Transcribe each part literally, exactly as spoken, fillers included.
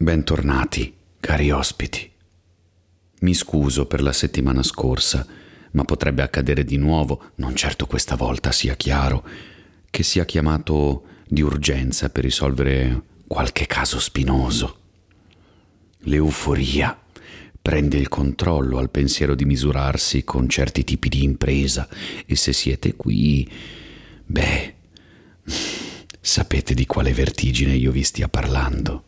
Bentornati, cari ospiti. Mi scuso per la settimana scorsa, ma potrebbe accadere di nuovo, non certo questa volta, sia chiaro, che sia chiamato di urgenza per risolvere qualche caso spinoso. L'euforia prende il controllo al pensiero di misurarsi con certi tipi di impresa e se siete qui, beh, sapete di quale vertigine io vi stia parlando.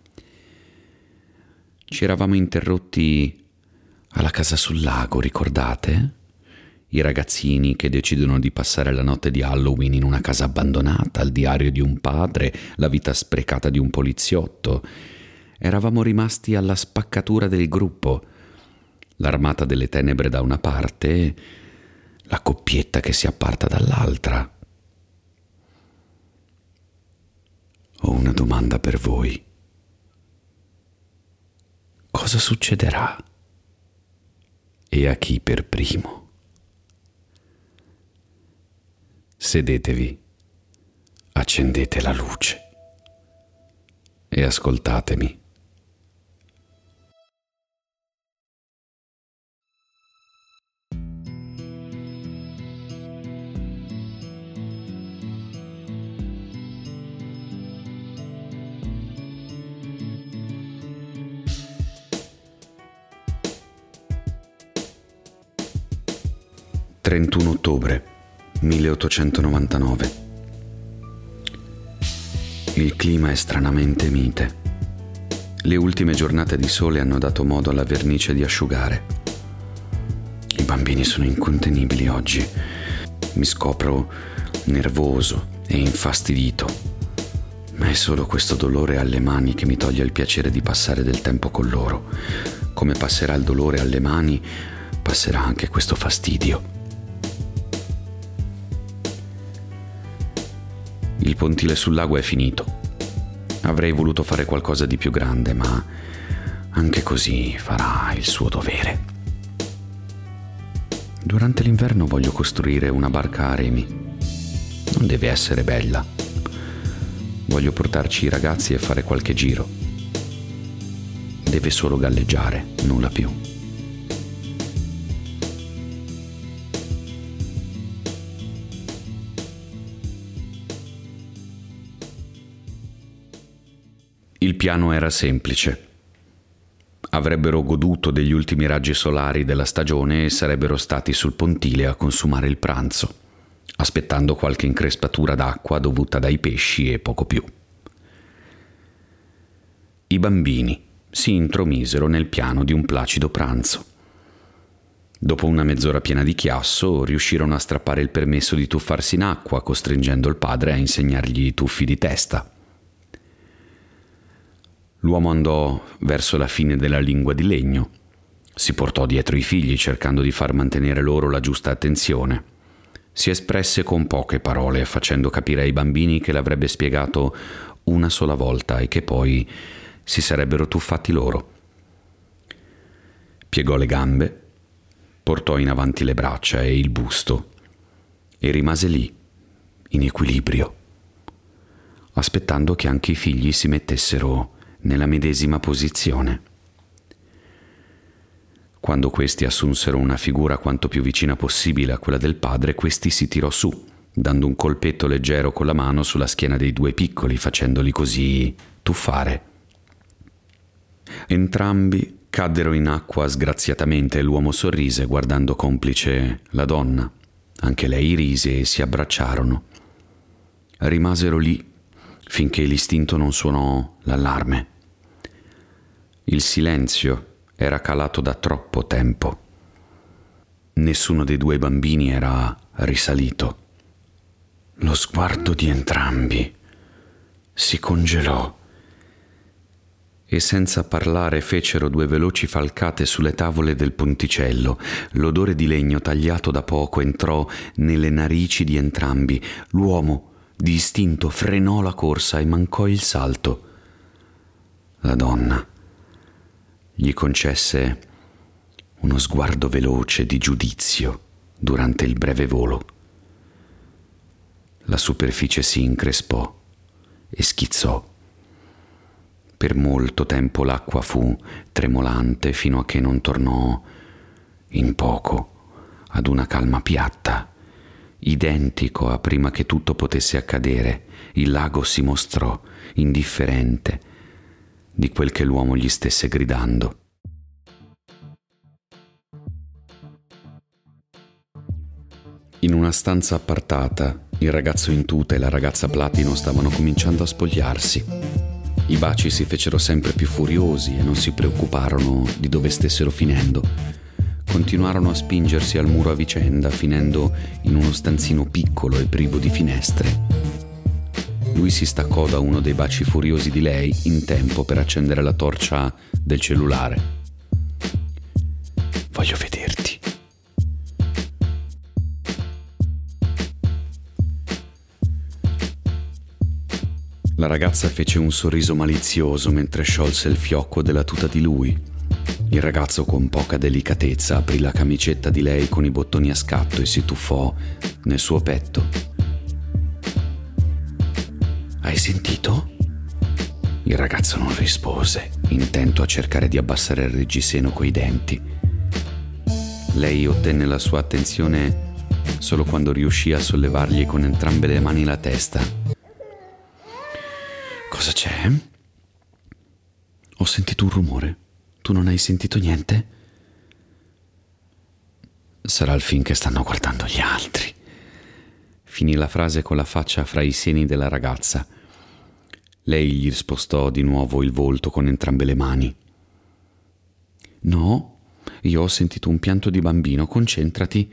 Ci eravamo interrotti alla casa sul lago, ricordate? I ragazzini che decidono di passare la notte di Halloween in una casa abbandonata, il diario di un padre, la vita sprecata di un poliziotto. Eravamo rimasti alla spaccatura del gruppo, l'armata delle tenebre da una parte, la coppietta che si apparta dall'altra. Ho una domanda per voi. Cosa succederà? E a chi per primo? Sedetevi, accendete la luce e ascoltatemi. trentuno ottobre milleottocentonovantanove. Il clima è stranamente mite. Le ultime giornate di sole hanno dato modo alla vernice di asciugare. I bambini sono incontenibili oggi. Mi scopro nervoso e infastidito. Ma è solo questo dolore alle mani che mi toglie il piacere di passare del tempo con loro. Come passerà il dolore alle mani, passerà anche questo fastidio. Il pontile sul lago è finito. Avrei voluto fare qualcosa di più grande, ma anche così farà il suo dovere. Durante l'inverno voglio costruire una barca a remi. Non deve essere bella. Voglio portarci i ragazzi e fare qualche giro. Deve solo galleggiare, nulla più. Il piano era semplice. Avrebbero goduto degli ultimi raggi solari della stagione e sarebbero stati sul pontile a consumare il pranzo, aspettando qualche increspatura d'acqua dovuta dai pesci e poco più. I bambini si intromisero nel piano di un placido pranzo. Dopo una mezz'ora piena di chiasso, riuscirono a strappare il permesso di tuffarsi in acqua, costringendo il padre a insegnargli i tuffi di testa. L'uomo andò verso la fine della lingua di legno. Si portò dietro i figli cercando di far mantenere loro la giusta attenzione. Si espresse con poche parole, facendo capire ai bambini che l'avrebbe spiegato una sola volta e che poi si sarebbero tuffati loro. Piegò le gambe, portò in avanti le braccia e il busto e rimase lì, in equilibrio, aspettando che anche i figli si mettessero nella medesima posizione. Quando questi assunsero una figura quanto più vicina possibile a quella del padre, questi si tirò su, dando un colpetto leggero con la mano sulla schiena dei due piccoli, facendoli così tuffare. Entrambi caddero in acqua sgraziatamente e l'uomo sorrise guardando complice la donna. Anche lei rise e si abbracciarono. Rimasero lì finché l'istinto non suonò l'allarme. Il silenzio era calato da troppo tempo. Nessuno dei due bambini era risalito. Lo sguardo di entrambi si congelò e senza parlare fecero due veloci falcate sulle tavole del ponticello. L'odore di legno tagliato da poco entrò nelle narici di entrambi. L'uomo di istinto frenò la corsa e mancò il salto. La donna gli concesse uno sguardo veloce di giudizio durante il breve volo. La superficie si increspò e schizzò. Per molto tempo l'acqua fu tremolante fino a che non tornò in poco ad una calma piatta. Identico a prima che tutto potesse accadere, il lago si mostrò indifferente di quel che l'uomo gli stesse gridando. In una stanza appartata, il ragazzo in tuta e la ragazza platino stavano cominciando a spogliarsi. I baci si fecero sempre più furiosi e non si preoccuparono di dove stessero finendo. Continuarono a spingersi al muro a vicenda, finendo in uno stanzino piccolo e privo di finestre. Lui si staccò da uno dei baci furiosi di lei in tempo per accendere la torcia del cellulare. Voglio vederti. La ragazza fece un sorriso malizioso mentre sciolse il fiocco della tuta di lui. Il ragazzo con poca delicatezza aprì la camicetta di lei con i bottoni a scatto e si tuffò nel suo petto. Hai sentito? Il ragazzo non rispose, intento a cercare di abbassare il reggiseno coi denti. Lei ottenne la sua attenzione solo quando riuscì a sollevargli con entrambe le mani la testa. Cosa c'è? Ho sentito un rumore. Tu non hai sentito niente? Sarà il film che stanno guardando gli altri. Finì la frase con la faccia fra i seni della ragazza. Lei gli spostò di nuovo il volto con entrambe le mani. No, io ho sentito un pianto di bambino, concentrati.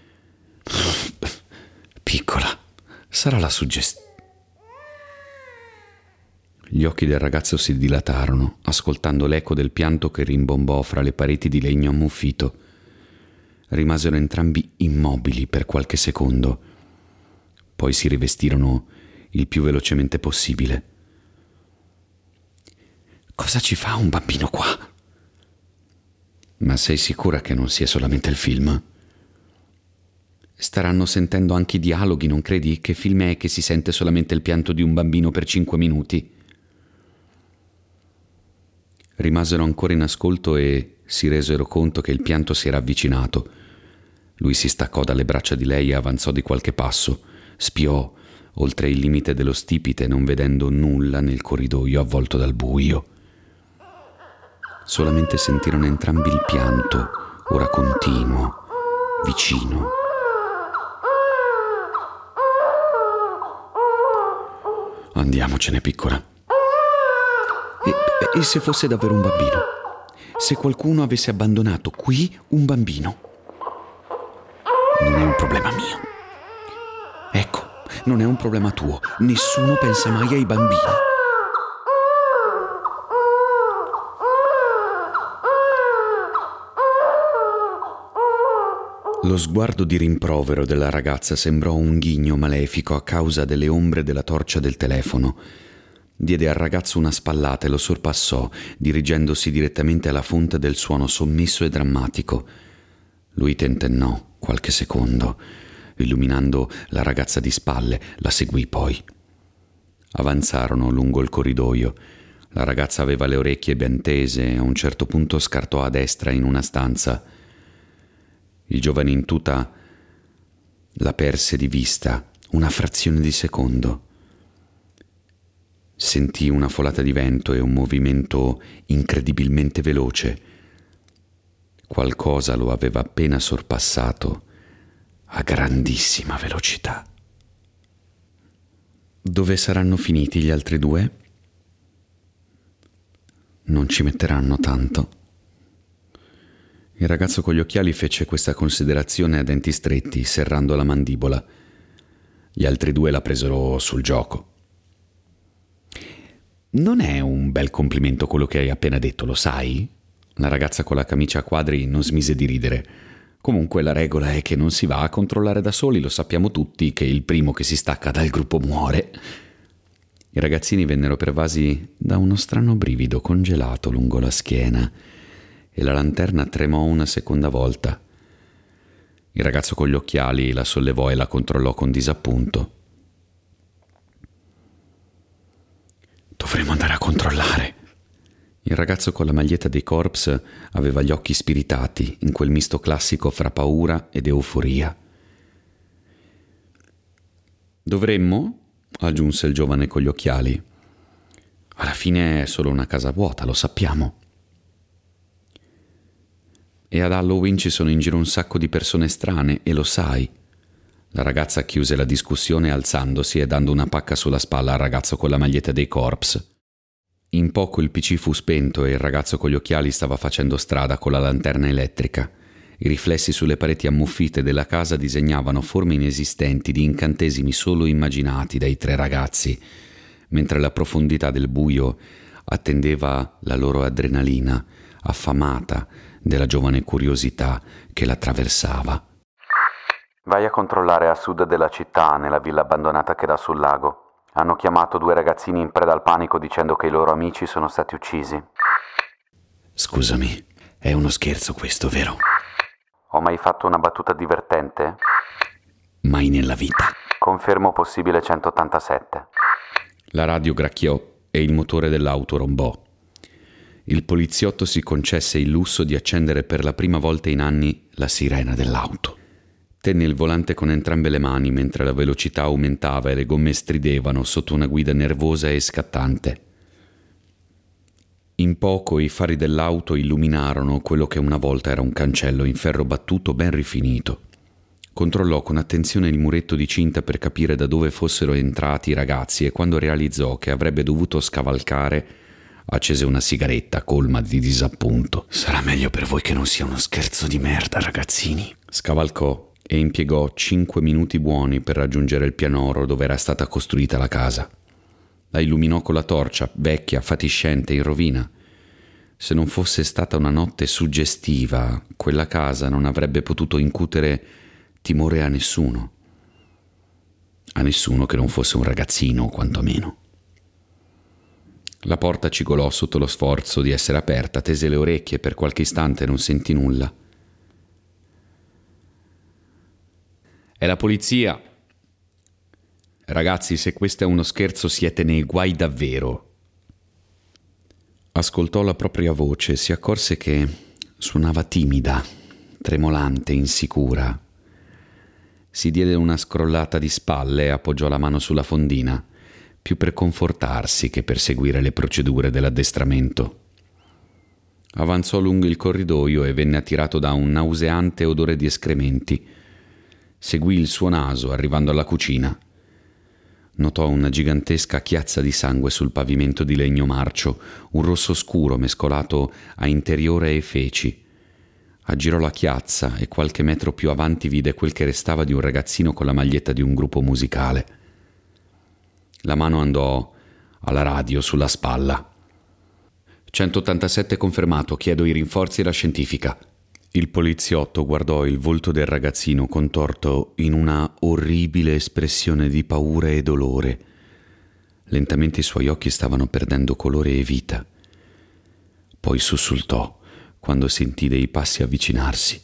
Piccola, sarà la suggestione. Gli occhi del ragazzo si dilatarono, ascoltando l'eco del pianto che rimbombò fra le pareti di legno ammuffito. Rimasero entrambi immobili per qualche secondo. Poi si rivestirono il più velocemente possibile. Cosa ci fa un bambino qua? Ma sei sicura che non sia solamente il film? Staranno sentendo anche i dialoghi, non credi? Che film è che si sente solamente il pianto di un bambino per cinque minuti? Rimasero ancora in ascolto e si resero conto che il pianto si era avvicinato. Lui si staccò dalle braccia di lei e avanzò di qualche passo. Spiò oltre il limite dello stipite, non vedendo nulla nel corridoio avvolto dal buio. Solamente sentirono entrambi il pianto, ora continuo, vicino. Andiamocene, piccola. E, e se fosse davvero un bambino? Se qualcuno avesse abbandonato qui un bambino? Non è un problema mio. Ecco, non è un problema tuo. Nessuno pensa mai ai bambini. Lo sguardo di rimprovero della ragazza sembrò un ghigno malefico a causa delle ombre della torcia del telefono. Diede al ragazzo una spallata e lo sorpassò, dirigendosi direttamente alla fonte del suono sommesso e drammatico. Lui tentennò qualche secondo, illuminando la ragazza di spalle, la seguì poi. Avanzarono lungo il corridoio. La ragazza aveva le orecchie ben tese e a un certo punto scartò a destra in una stanza. Il giovane in tuta la perse di vista una frazione di secondo. Sentì una folata di vento e un movimento incredibilmente veloce. Qualcosa lo aveva appena sorpassato a grandissima velocità. Dove saranno finiti gli altri due? Non ci metteranno tanto. Il ragazzo con gli occhiali fece questa considerazione a denti stretti, serrando la mandibola. Gli altri due la presero sul gioco. Non è un bel complimento quello che hai appena detto, lo sai? La ragazza con la camicia a quadri non smise di ridere. Comunque la regola è che non si va a controllare da soli, lo sappiamo tutti che il primo che si stacca dal gruppo muore. I ragazzini vennero pervasi da uno strano brivido congelato lungo la schiena e la lanterna tremò una seconda volta. Il ragazzo con gli occhiali la sollevò e la controllò con disappunto. Dovremmo andare a controllare, Il ragazzo con la maglietta dei Corps aveva gli occhi spiritati in quel misto classico fra paura ed euforia. «Dovremmo?» aggiunse il giovane con gli occhiali. «Alla fine è solo una casa vuota, lo sappiamo. E ad Halloween ci sono in giro un sacco di persone strane, e lo sai». La ragazza chiuse la discussione alzandosi e dando una pacca sulla spalla al ragazzo con la maglietta dei Corps. In poco il P C fu spento e il ragazzo con gli occhiali stava facendo strada con la lanterna elettrica. I riflessi sulle pareti ammuffite della casa disegnavano forme inesistenti di incantesimi solo immaginati dai tre ragazzi, mentre la profondità del buio attendeva la loro adrenalina, affamata della giovane curiosità che la attraversava. «Vai a controllare a sud della città, nella villa abbandonata che dà sul lago. Hanno chiamato due ragazzini in preda al panico dicendo che i loro amici sono stati uccisi». «Scusami, è uno scherzo questo, vero?» «Ho mai fatto una battuta divertente?» «Mai nella vita». «Confermo possibile centottantasette». La radio gracchiò e il motore dell'auto rombò. Il poliziotto si concesse il lusso di accendere per la prima volta in anni la sirena dell'auto. Tenne il volante con entrambe le mani mentre la velocità aumentava e le gomme stridevano sotto una guida nervosa e scattante. In poco i fari dell'auto illuminarono quello che una volta era un cancello in ferro battuto ben rifinito. Controllò con attenzione il muretto di cinta per capire da dove fossero entrati i ragazzi e quando realizzò che avrebbe dovuto scavalcare, accese una sigaretta colma di disappunto. «Sarà meglio per voi che non sia uno scherzo di merda, ragazzini». Scavalcò e impiegò cinque minuti buoni per raggiungere il pianoro dove era stata costruita la casa. La illuminò con la torcia, vecchia, fatiscente, in rovina. Se non fosse stata una notte suggestiva, quella casa non avrebbe potuto incutere timore a nessuno. A nessuno che non fosse un ragazzino, quantomeno. La porta cigolò sotto lo sforzo di essere aperta, tese le orecchie e per qualche istante non sentì nulla. «È la polizia!» «Ragazzi, se questo è uno scherzo siete nei guai davvero!» Ascoltò la propria voce e si accorse che suonava timida, tremolante, insicura. Si diede una scrollata di spalle e appoggiò la mano sulla fondina, più per confortarsi che per seguire le procedure dell'addestramento. Avanzò lungo il corridoio e venne attirato da un nauseante odore di escrementi. Seguì il suo naso, arrivando alla cucina. Notò una gigantesca chiazza di sangue sul pavimento di legno marcio, un rosso scuro mescolato a interiore e feci. Aggirò la chiazza e qualche metro più avanti vide quel che restava di un ragazzino con la maglietta di un gruppo musicale. La mano andò alla radio sulla spalla. centottantasette confermato, chiedo i rinforzi e la scientifica». Il poliziotto guardò il volto del ragazzino contorto in una orribile espressione di paura e dolore. Lentamente i suoi occhi stavano perdendo colore e vita. Poi sussultò quando sentì dei passi avvicinarsi.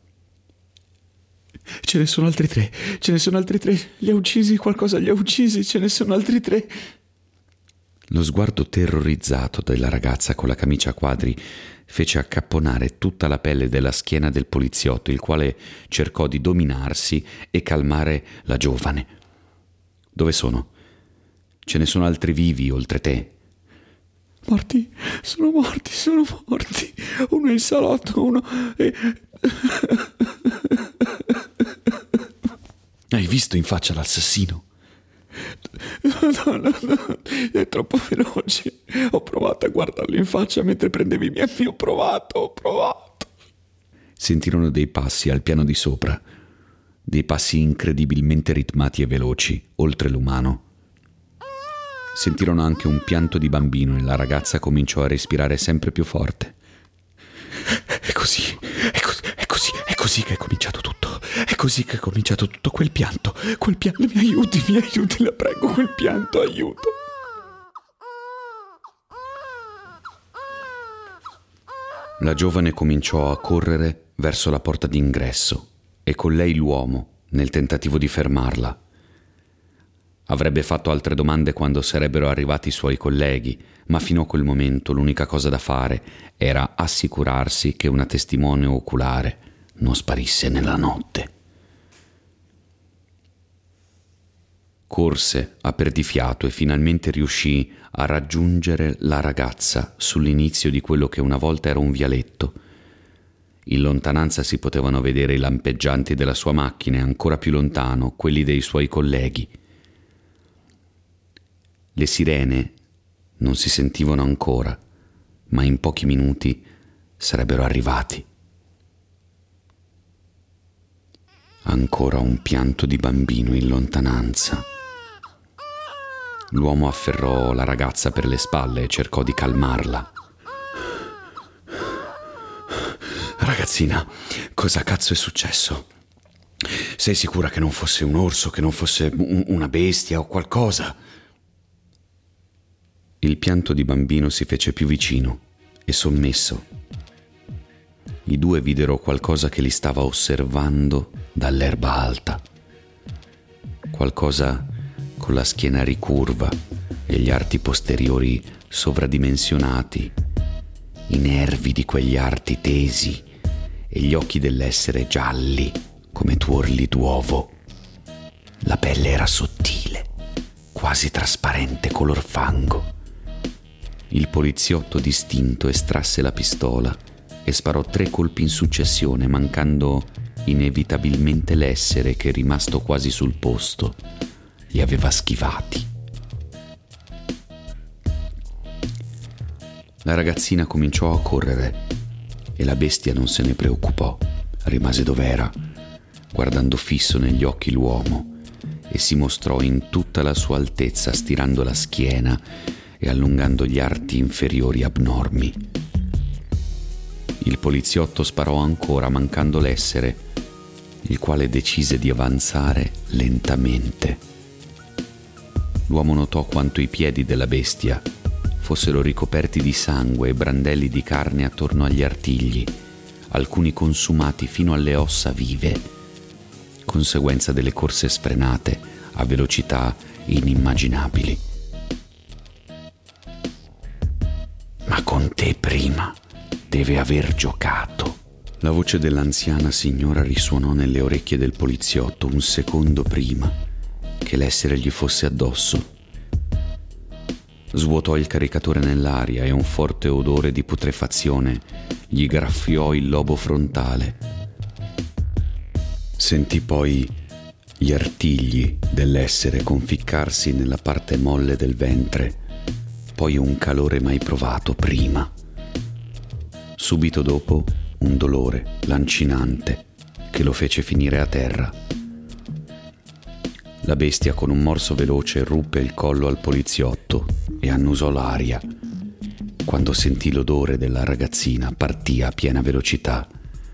«Ce ne sono altri tre, ce ne sono altri tre, li ha uccisi, qualcosa li ha uccisi, ce ne sono altri tre». Lo sguardo terrorizzato della ragazza con la camicia a quadri fece accapponare tutta la pelle della schiena del poliziotto, il quale cercò di dominarsi e calmare la giovane. «Dove sono? Ce ne sono altri vivi oltre te?» «Morti, sono morti, sono morti. Uno in salotto, uno... E... Hai visto in faccia l'assassino?» No, no, no, è troppo veloce. Ho provato a guardarlo in faccia mentre prendevi i miei amici. Ho provato, ho provato. Sentirono dei passi al piano di sopra, dei passi incredibilmente ritmati e veloci, oltre l'umano. Sentirono anche un pianto di bambino e la ragazza cominciò a respirare sempre più forte. È così, è così, è così, è così che è cominciato tutto. È così che è cominciato tutto quel pianto. Quel pianto, mi aiuti, mi aiuti, la prego, quel pianto, aiuto. La giovane cominciò a correre verso la porta d'ingresso e con lei l'uomo nel tentativo di fermarla. Avrebbe fatto altre domande quando sarebbero arrivati i suoi colleghi, ma fino a quel momento l'unica cosa da fare era assicurarsi che una testimone oculare non sparisse nella notte. Corse a perdifiato e finalmente riuscì a raggiungere la ragazza sull'inizio di quello che una volta era un vialetto. In lontananza si potevano vedere i lampeggianti della sua macchina e ancora più lontano quelli dei suoi colleghi. Le sirene non si sentivano ancora, ma in pochi minuti sarebbero arrivati. Ancora un pianto di bambino in lontananza. L'uomo afferrò la ragazza per le spalle e cercò di calmarla. Ragazzina, cosa cazzo è successo? Sei sicura che non fosse un orso, che non fosse un- una bestia o qualcosa? Il pianto di bambino si fece più vicino e sommesso. I due videro qualcosa che li stava osservando dall'erba alta. Qualcosa con la schiena ricurva e gli arti posteriori sovradimensionati, i nervi di quegli arti tesi e gli occhi dell'essere gialli come tuorli d'uovo. La pelle era sottile, quasi trasparente color fango. Il poliziotto distinto estrasse la pistola e sparò tre colpi in successione, mancando inevitabilmente l'essere che, rimasto quasi sul posto, li aveva schivati. La ragazzina cominciò a correre e la bestia non se ne preoccupò, rimase dov'era, guardando fisso negli occhi l'uomo, e si mostrò in tutta la sua altezza, stirando la schiena e allungando gli arti inferiori abnormi. Il poliziotto sparò ancora, mancando l'essere, il quale decise di avanzare lentamente. L'uomo notò quanto i piedi della bestia fossero ricoperti di sangue e brandelli di carne attorno agli artigli, alcuni consumati fino alle ossa vive, conseguenza delle corse sfrenate a velocità inimmaginabili. Ma con te prima deve aver giocato. La voce dell'anziana signora risuonò nelle orecchie del poliziotto un secondo prima che l'essere gli fosse addosso. Svuotò il caricatore nell'aria e un forte odore di putrefazione gli graffiò il lobo frontale. Sentì poi gli artigli dell'essere conficcarsi nella parte molle del ventre, poi un calore mai provato prima. Subito dopo un dolore lancinante che lo fece finire a terra. La bestia con un morso veloce ruppe il collo al poliziotto e annusò l'aria. Quando sentì l'odore della ragazzina, partì a piena velocità.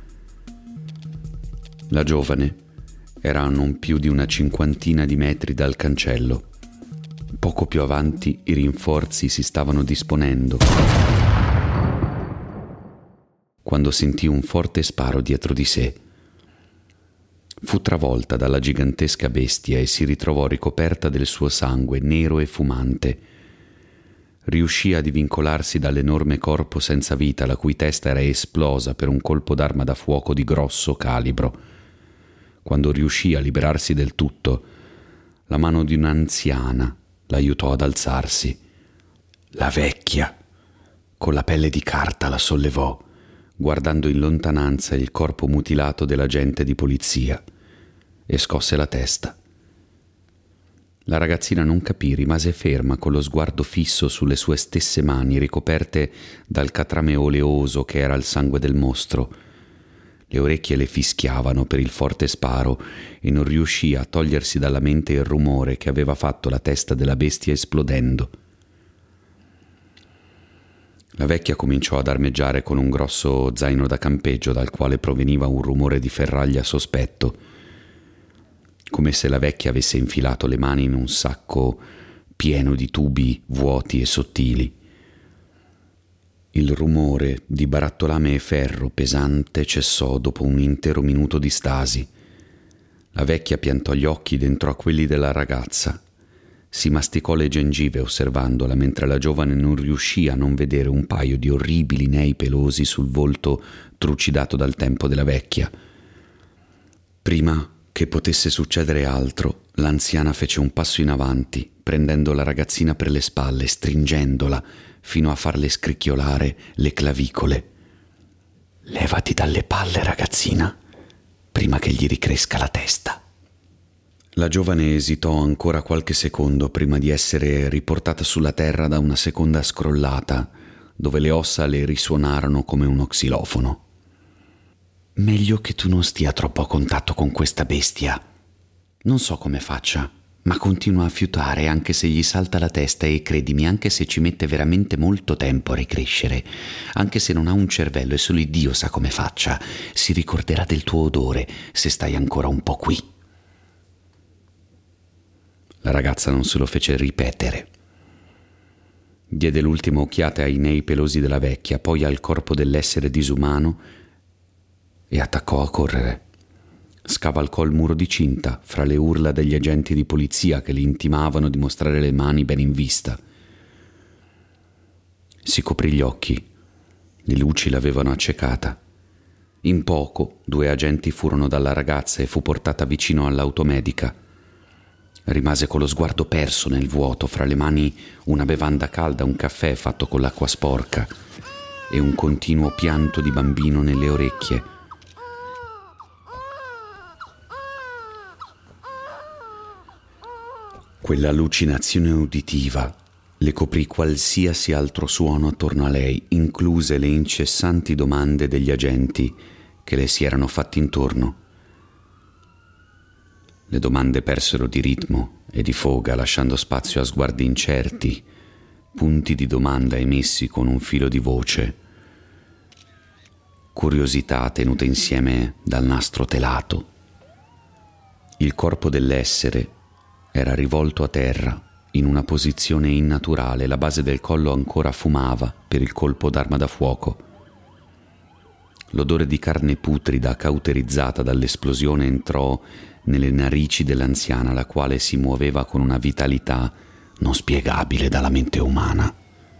La giovane era a non più di una cinquantina di metri dal cancello. Poco più avanti i rinforzi si stavano disponendo, quando sentì un forte sparo dietro di sé. Fu travolta dalla gigantesca bestia e si ritrovò ricoperta del suo sangue nero e fumante. Riuscì a divincolarsi dall'enorme corpo senza vita, la cui testa era esplosa per un colpo d'arma da fuoco di grosso calibro. Quando riuscì a liberarsi del tutto, la mano di un'anziana l'aiutò ad alzarsi. La vecchia, con la pelle di carta, la sollevò, guardando in lontananza il corpo mutilato dell'agente di polizia, e scosse la testa. La ragazzina non capì, rimase ferma con lo sguardo fisso sulle sue stesse mani ricoperte dal catrame oleoso che era il sangue del mostro. Le orecchie le fischiavano per il forte sparo e non riuscì a togliersi dalla mente il rumore che aveva fatto la testa della bestia esplodendo. La vecchia cominciò ad armeggiare con un grosso zaino da campeggio dal quale proveniva un rumore di ferraglia sospetto, come se la vecchia avesse infilato le mani in un sacco pieno di tubi vuoti e sottili. Il rumore di barattolame e ferro pesante cessò dopo un intero minuto di stasi. La vecchia piantò gli occhi dentro a quelli della ragazza Si masticò le gengive osservandola, mentre la giovane non riuscì a non vedere un paio di orribili nei pelosi sul volto trucidato dal tempo della vecchia. Prima che potesse succedere altro, l'anziana fece un passo in avanti, prendendo la ragazzina per le spalle, stringendola fino a farle scricchiolare le clavicole. «Levati dalle palle, ragazzina, prima che gli ricresca la testa». La giovane esitò ancora qualche secondo prima di essere riportata sulla terra da una seconda scrollata, dove le ossa le risuonarono come uno xilofono. «Meglio che tu non stia troppo a contatto con questa bestia. Non so come faccia, ma continua a fiutare anche se gli salta la testa e credimi, anche se ci mette veramente molto tempo a ricrescere, anche se non ha un cervello e solo Dio sa come faccia, si ricorderà del tuo odore se stai ancora un po' qui». La ragazza non se lo fece ripetere. Diede l'ultima occhiata ai nei pelosi della vecchia, poi al corpo dell'essere disumano e attaccò a correre. Scavalcò il muro di cinta fra le urla degli agenti di polizia che le intimavano di mostrare le mani ben in vista. Si coprì gli occhi. Le luci l'avevano accecata. In poco due agenti furono dalla ragazza e fu portata vicino all'automedica. Rimase con lo sguardo perso nel vuoto, fra le mani una bevanda calda, un caffè fatto con l'acqua sporca e un continuo pianto di bambino nelle orecchie. Quell'allucinazione uditiva le coprì qualsiasi altro suono attorno a lei, incluse le incessanti domande degli agenti che le si erano fatti intorno. Le domande persero di ritmo e di foga, lasciando spazio a sguardi incerti, punti di domanda emessi con un filo di voce, curiosità tenute insieme dal nastro telato. Il corpo dell'essere era rivolto a terra, in una posizione innaturale, la base del collo ancora fumava per il colpo d'arma da fuoco. L'odore di carne putrida cauterizzata dall'esplosione entrò nelle narici dell'anziana, la quale si muoveva con una vitalità non spiegabile dalla mente umana.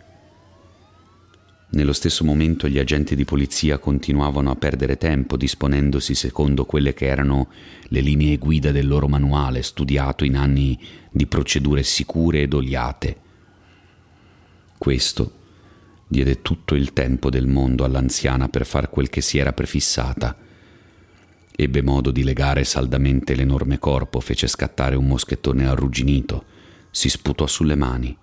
Nello stesso momento gli agenti di polizia continuavano a perdere tempo, disponendosi secondo quelle che erano le linee guida del loro manuale, studiato in anni di procedure sicure ed oliate. Questo diede tutto il tempo del mondo all'anziana per far quel che si era prefissata. Ebbe modo di legare saldamente l'enorme corpo, fece scattare un moschettone arrugginito, si sputò sulle mani.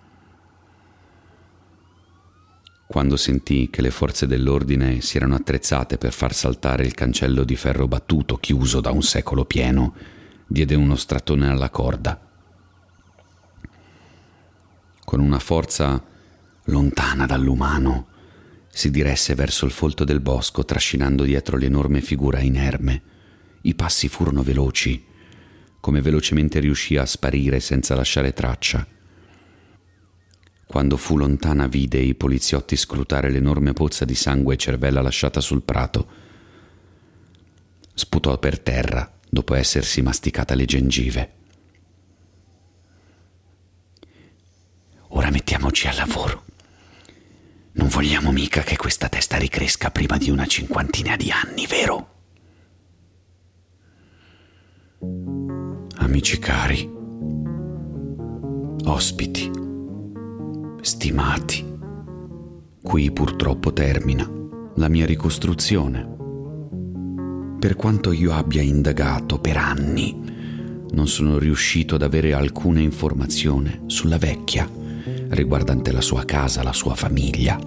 Quando sentì che le forze dell'ordine si erano attrezzate per far saltare il cancello di ferro battuto chiuso da un secolo pieno, diede uno strattone alla corda. Con una forza lontana dall'umano, si diresse verso il folto del bosco, trascinando dietro l'enorme figura inerme. I passi furono veloci, come velocemente riuscì a sparire senza lasciare traccia. Quando fu lontana vide i poliziotti scrutare l'enorme pozza di sangue e cervella lasciata sul prato. Sputò per terra dopo essersi masticata le gengive. Ora mettiamoci al lavoro. Non vogliamo mica che questa testa ricresca prima di una cinquantina di anni, vero? Amici cari, ospiti, stimati, qui purtroppo termina la mia ricostruzione. Per quanto io abbia indagato per anni, non sono riuscito ad avere alcuna informazione sulla vecchia riguardante la sua casa, la sua famiglia.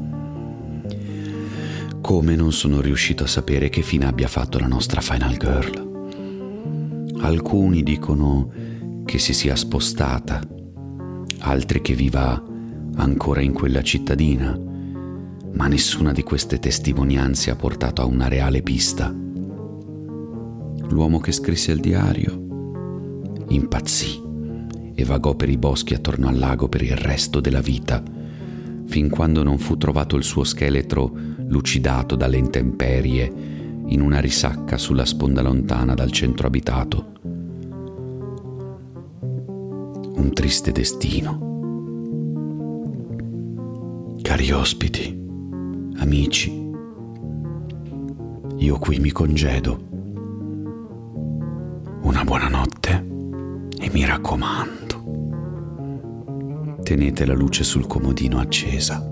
Come non sono riuscito a sapere che fine abbia fatto la nostra Final Girl. Alcuni dicono che si sia spostata, altri che viva ancora in quella cittadina, ma nessuna di queste testimonianze ha portato a una reale pista. L'uomo che scrisse il diario impazzì e vagò per i boschi attorno al lago per il resto della vita, fin quando non fu trovato il suo scheletro lucidato dalle intemperie in una risacca sulla sponda lontana dal centro abitato. un triste destino. Cari ospiti, amici, io qui mi congedo. Una buona notte e mi raccomando, tenete la luce sul comodino accesa.